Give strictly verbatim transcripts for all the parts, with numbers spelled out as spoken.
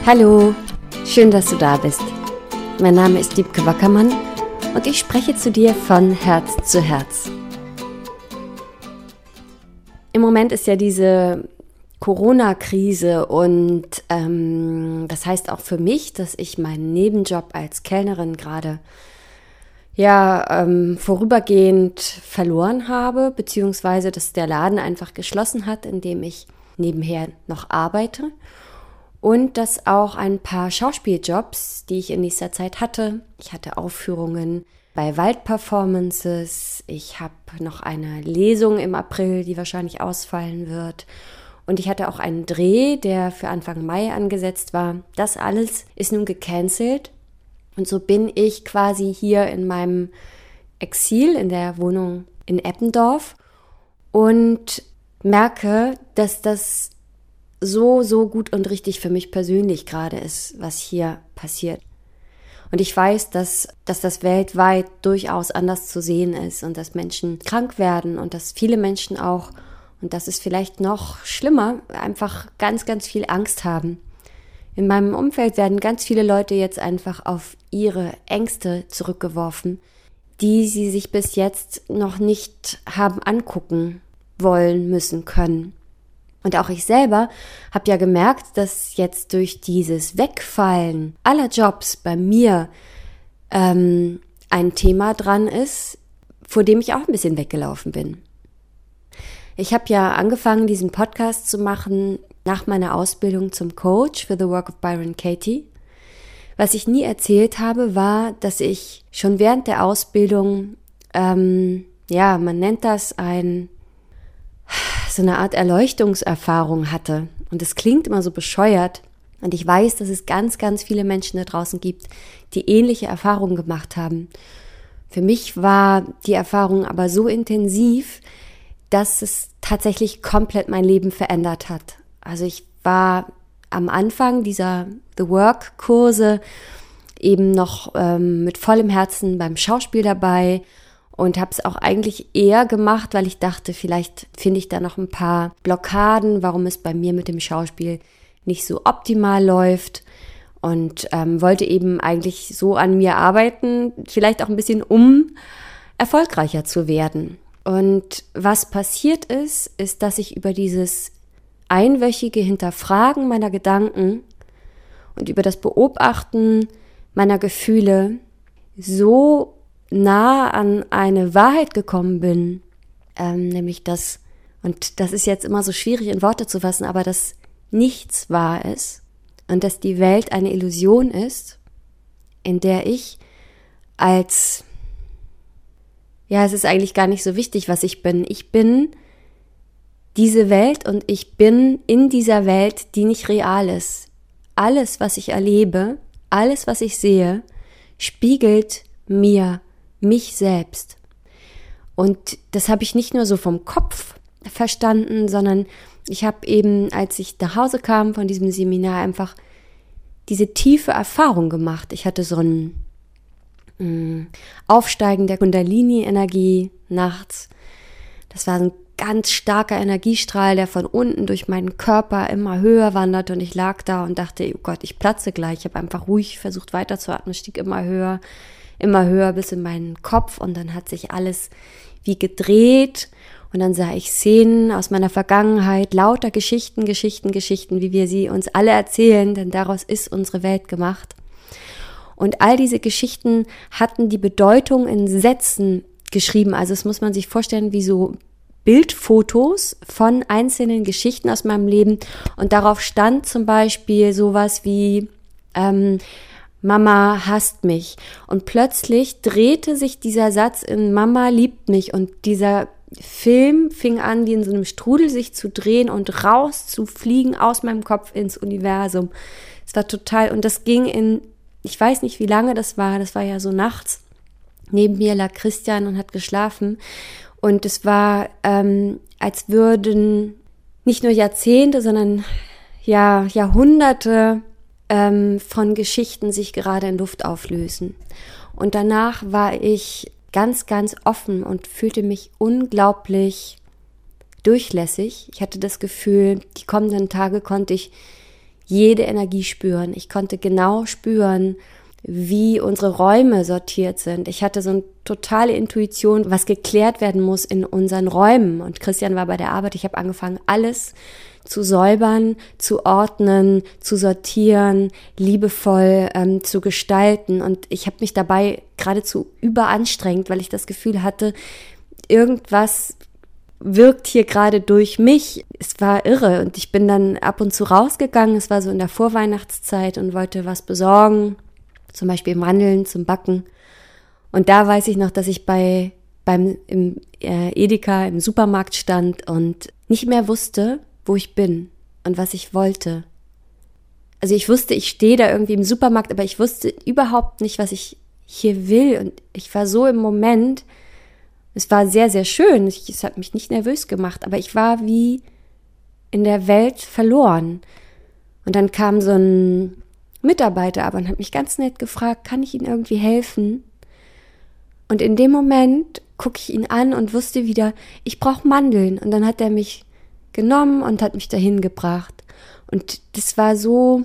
Hallo, schön, dass du da bist. Mein Name ist Diebke Wackermann und ich spreche zu dir von Herz zu Herz. Im Moment ist ja diese Corona-Krise und ähm, das heißt auch für mich, dass ich meinen Nebenjob als Kellnerin gerade ja ähm, vorübergehend verloren habe, beziehungsweise dass der Laden einfach geschlossen hat, in dem ich nebenher noch arbeite. Und dass auch ein paar Schauspieljobs, die ich in nächster Zeit hatte. Ich hatte Aufführungen bei Waldperformances. Ich habe noch eine Lesung im April, die wahrscheinlich ausfallen wird. Und ich hatte auch einen Dreh, der für Anfang Mai angesetzt war. Das alles ist nun gecancelt. Und so bin ich quasi hier in meinem Exil in der Wohnung in Eppendorf und merke, dass das so, so gut und richtig für mich persönlich gerade ist, was hier passiert. Und ich weiß, dass, dass das weltweit durchaus anders zu sehen ist und dass Menschen krank werden und dass viele Menschen auch, und das ist vielleicht noch schlimmer, einfach ganz, ganz viel Angst haben. In meinem Umfeld werden ganz viele Leute jetzt einfach auf ihre Ängste zurückgeworfen, die sie sich bis jetzt noch nicht haben angucken wollen, müssen, können. Und auch ich selber habe ja gemerkt, dass jetzt durch dieses Wegfallen aller Jobs bei mir ähm, ein Thema dran ist, vor dem ich auch ein bisschen weggelaufen bin. Ich habe ja angefangen, diesen Podcast zu machen nach meiner Ausbildung zum Coach für The Work of Byron Katie. Was ich nie erzählt habe, war, dass ich schon während der Ausbildung, ähm, ja, man nennt das ein so eine Art Erleuchtungserfahrung hatte. Und es klingt immer so bescheuert. Und ich weiß, dass es ganz, ganz viele Menschen da draußen gibt, die ähnliche Erfahrungen gemacht haben. Für mich war die Erfahrung aber so intensiv, dass es tatsächlich komplett mein Leben verändert hat. Also ich war am Anfang dieser The Work-Kurse eben noch ähm, mit vollem Herzen beim Schauspiel dabei und habe es auch eigentlich eher gemacht, weil ich dachte, vielleicht finde ich da noch ein paar Blockaden, warum es bei mir mit dem Schauspiel nicht so optimal läuft und ähm, wollte eben eigentlich so an mir arbeiten, vielleicht auch ein bisschen, um erfolgreicher zu werden. Und was passiert ist, ist, dass ich über dieses einwöchige Hinterfragen meiner Gedanken und über das Beobachten meiner Gefühle so nah an eine Wahrheit gekommen bin, ähm, nämlich das, und das ist jetzt immer so schwierig in Worte zu fassen, aber dass nichts wahr ist und dass die Welt eine Illusion ist, in der ich als, ja, es ist eigentlich gar nicht so wichtig, was ich bin. Ich bin diese Welt und ich bin in dieser Welt, die nicht real ist. Alles, was ich erlebe, alles, was ich sehe, spiegelt mir mich selbst. Und das habe ich nicht nur so vom Kopf verstanden, sondern ich habe eben, als ich nach Hause kam von diesem Seminar, einfach diese tiefe Erfahrung gemacht. Ich hatte so ein mh, Aufsteigen der Kundalini-Energie nachts. Das war so ein ganz starker Energiestrahl, der von unten durch meinen Körper immer höher wanderte und ich lag da und dachte, oh Gott, ich platze gleich. Ich habe einfach ruhig versucht weiterzuatmen, stieg immer höher, immer höher bis in meinen Kopf und dann hat sich alles wie gedreht und dann sah ich Szenen aus meiner Vergangenheit, lauter Geschichten, Geschichten, Geschichten, wie wir sie uns alle erzählen, denn daraus ist unsere Welt gemacht. Und all diese Geschichten hatten die Bedeutung in Sätzen geschrieben, also das muss man sich vorstellen wie so Bildfotos von einzelnen Geschichten aus meinem Leben und darauf stand zum Beispiel sowas wie ähm, Mama hasst mich und plötzlich drehte sich dieser Satz in Mama liebt mich und dieser Film fing an, wie in so einem Strudel sich zu drehen und raus zu fliegen aus meinem Kopf ins Universum. Es war total, und das ging in, ich weiß nicht wie lange das war, das war ja so nachts, neben mir lag Christian und hat geschlafen. Und es war, ähm, als würden nicht nur Jahrzehnte, sondern ja Jahrhunderte ähm, von Geschichten sich gerade in Luft auflösen. Und danach war ich ganz, ganz offen und fühlte mich unglaublich durchlässig. Ich hatte das Gefühl, die kommenden Tage konnte ich jede Energie spüren. Ich konnte genau spüren, wie unsere Räume sortiert sind. Ich hatte so eine totale Intuition, was geklärt werden muss in unseren Räumen. Und Christian war bei der Arbeit. Ich habe angefangen, alles zu säubern, zu ordnen, zu sortieren, liebevoll ähm, zu gestalten. Und ich habe mich dabei geradezu überanstrengt, weil ich das Gefühl hatte, irgendwas wirkt hier gerade durch mich. Es war irre und ich bin dann ab und zu rausgegangen. Es war so in der Vorweihnachtszeit und wollte was besorgen, zum Beispiel Mandeln zum Backen. Und da weiß ich noch, dass ich bei beim im äh, Edeka im Supermarkt stand und nicht mehr wusste, wo ich bin und was ich wollte. Also ich wusste, ich stehe da irgendwie im Supermarkt, aber ich wusste überhaupt nicht, was ich hier will. Und ich war so im Moment, es war sehr, sehr schön, ich, es hat mich nicht nervös gemacht, aber ich war wie in der Welt verloren. Und dann kam so ein Mitarbeiter aber und hat mich ganz nett gefragt, kann ich Ihnen irgendwie helfen? Und in dem Moment gucke ich ihn an und wusste wieder, ich brauche Mandeln. Und dann hat er mich genommen und hat mich dahin gebracht. Und das war so,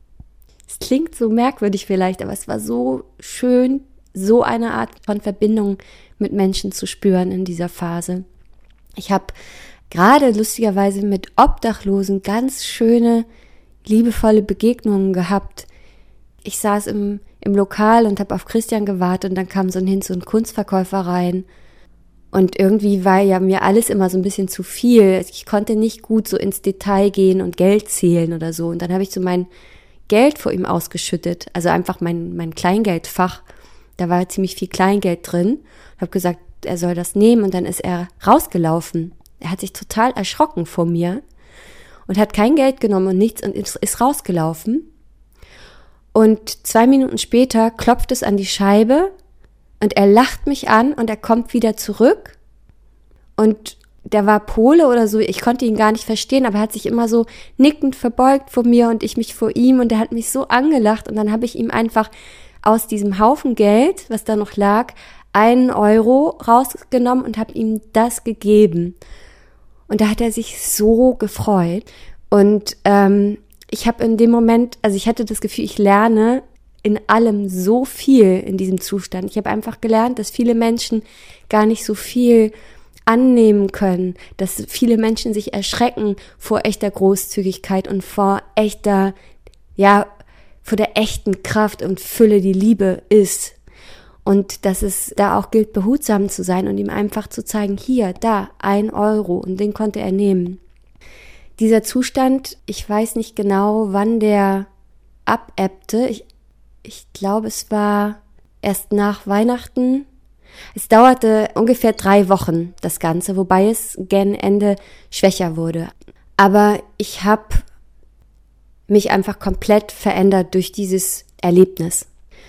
es klingt so merkwürdig vielleicht, aber es war so schön, so eine Art von Verbindung mit Menschen zu spüren in dieser Phase. Ich habe gerade lustigerweise mit Obdachlosen ganz schöne, liebevolle Begegnungen gehabt. Ich saß im, im Lokal und habe auf Christian gewartet und dann kam so ein Hin- so ein Kunstverkäufer rein. Und irgendwie war ja mir alles immer so ein bisschen zu viel. Ich konnte nicht gut so ins Detail gehen und Geld zählen oder so. Und dann habe ich so mein Geld vor ihm ausgeschüttet, also einfach mein, mein Kleingeldfach. Da war ziemlich viel Kleingeld drin. Ich habe gesagt, er soll das nehmen und dann ist er rausgelaufen. Er hat sich total erschrocken vor mir und hat kein Geld genommen und nichts und ist rausgelaufen. Und zwei Minuten später klopft es an die Scheibe und er lacht mich an und er kommt wieder zurück. Und der war Pole oder so, ich konnte ihn gar nicht verstehen, aber er hat sich immer so nickend verbeugt vor mir und ich mich vor ihm und er hat mich so angelacht und dann habe ich ihm einfach aus diesem Haufen Geld, was da noch lag, einen Euro rausgenommen und habe ihm das gegeben. Und da hat er sich so gefreut. Und ähm, ich habe in dem Moment, also ich hatte das Gefühl, ich lerne in allem so viel in diesem Zustand. Ich habe einfach gelernt, dass viele Menschen gar nicht so viel annehmen können, dass viele Menschen sich erschrecken vor echter Großzügigkeit und vor echter, ja, vor der echten Kraft und Fülle, die Liebe ist. Und dass es da auch gilt, behutsam zu sein und ihm einfach zu zeigen, hier, da, ein Euro. Und den konnte er nehmen. Dieser Zustand, ich weiß nicht genau, wann der abebbte. Ich, ich glaube, es war erst nach Weihnachten. Es dauerte ungefähr drei Wochen, das Ganze, wobei es gen Ende schwächer wurde. Aber ich habe mich einfach komplett verändert durch dieses Erlebnis.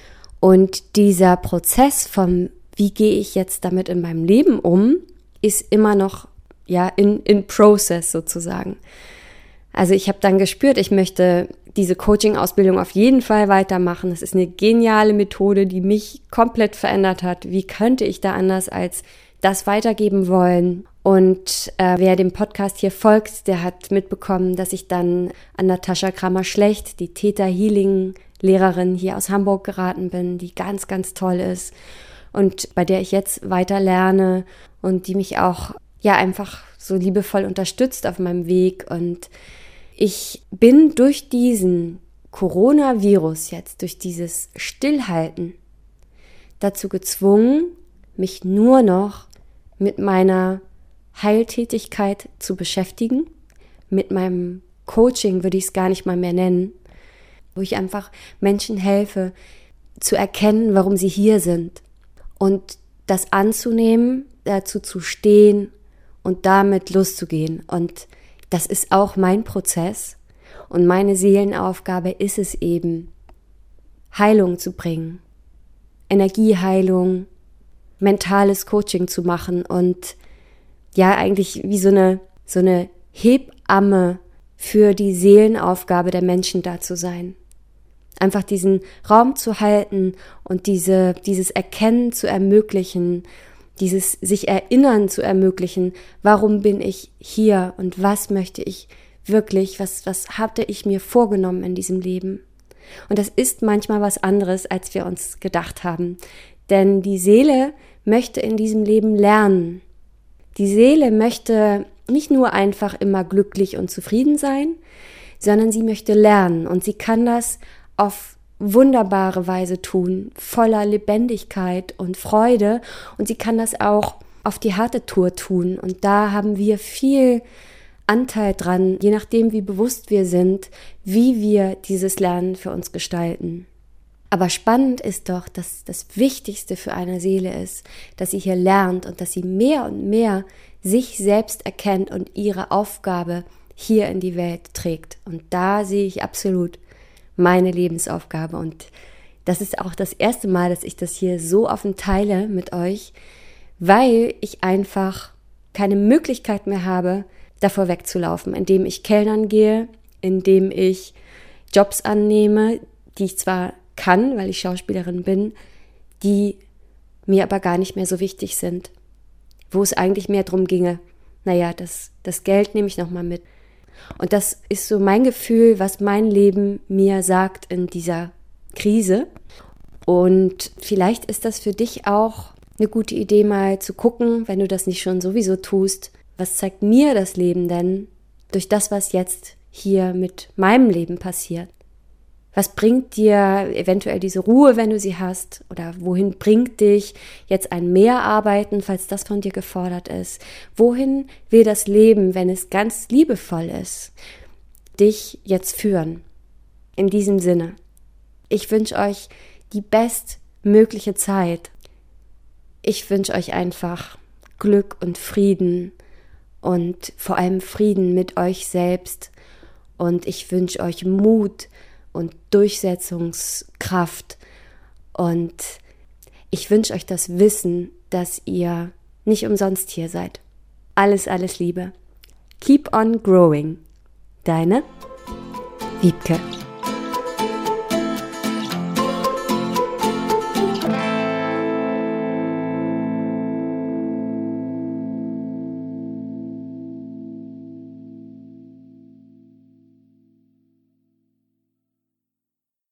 Und dieser Prozess vom, wie gehe ich jetzt damit in meinem Leben um, ist immer noch ja in, in Process sozusagen. Also ich habe dann gespürt, ich möchte diese Coaching-Ausbildung auf jeden Fall weitermachen. Das ist eine geniale Methode, die mich komplett verändert hat. Wie könnte ich da anders als das weitergeben wollen? Und äh, wer dem Podcast hier folgt, der hat mitbekommen, dass ich dann an Natascha Kramer-Schlecht, die Theta-Healing-Lehrerin hier aus Hamburg geraten bin, die ganz, ganz toll ist und bei der ich jetzt weiter lerne und die mich auch ja einfach so liebevoll unterstützt auf meinem Weg. Und ich bin durch diesen Coronavirus jetzt, durch dieses Stillhalten dazu gezwungen, mich nur noch mit meiner Heiltätigkeit zu beschäftigen, mit meinem Coaching würde ich es gar nicht mal mehr nennen, wo ich einfach Menschen helfe, zu erkennen, warum sie hier sind und das anzunehmen, dazu zu stehen und damit loszugehen. Und das ist auch mein Prozess und meine Seelenaufgabe ist es eben, Heilung zu bringen, Energieheilung, mentales Coaching zu machen und ja, eigentlich wie so eine, so eine Hebamme für die Seelenaufgabe der Menschen da zu sein. Einfach diesen Raum zu halten und diese, dieses Erkennen zu ermöglichen, dieses sich Erinnern zu ermöglichen, warum bin ich hier und was möchte ich wirklich, was, was hatte ich mir vorgenommen in diesem Leben? Und das ist manchmal was anderes, als wir uns gedacht haben. Denn die Seele möchte in diesem Leben lernen. Die Seele möchte nicht nur einfach immer glücklich und zufrieden sein, sondern sie möchte lernen. Und sie kann das auf wunderbare Weise tun, voller Lebendigkeit und Freude. Und sie kann das auch auf die harte Tour tun. Und da haben wir viel Anteil dran, je nachdem, wie bewusst wir sind, wie wir dieses Lernen für uns gestalten. Aber spannend ist doch, dass das Wichtigste für eine Seele ist, dass sie hier lernt und dass sie mehr und mehr sich selbst erkennt und ihre Aufgabe hier in die Welt trägt. Und da sehe ich absolut meine Lebensaufgabe. Und das ist auch das erste Mal, dass ich das hier so offen teile mit euch, weil ich einfach keine Möglichkeit mehr habe, davor wegzulaufen, indem ich Kellnern gehe, indem ich Jobs annehme, die ich zwar kann, weil ich Schauspielerin bin, die mir aber gar nicht mehr so wichtig sind. Wo es eigentlich mehr drum ginge, naja, das, das Geld nehme ich nochmal mit. Und das ist so mein Gefühl, was mein Leben mir sagt in dieser Krise. Und vielleicht ist das für dich auch eine gute Idee, mal zu gucken, wenn du das nicht schon sowieso tust, was zeigt mir das Leben denn durch das, was jetzt hier mit meinem Leben passiert? Was bringt dir eventuell diese Ruhe, wenn du sie hast? Oder wohin bringt dich jetzt ein Mehrarbeiten, falls das von dir gefordert ist? Wohin will das Leben, wenn es ganz liebevoll ist, dich jetzt führen? In diesem Sinne, ich wünsche euch die bestmögliche Zeit. Ich wünsche euch einfach Glück und Frieden und vor allem Frieden mit euch selbst. Und ich wünsche euch Mut und Durchsetzungskraft. Und ich wünsche euch das Wissen, dass ihr nicht umsonst hier seid. Alles, alles Liebe. Keep on growing. Deine Wiebke.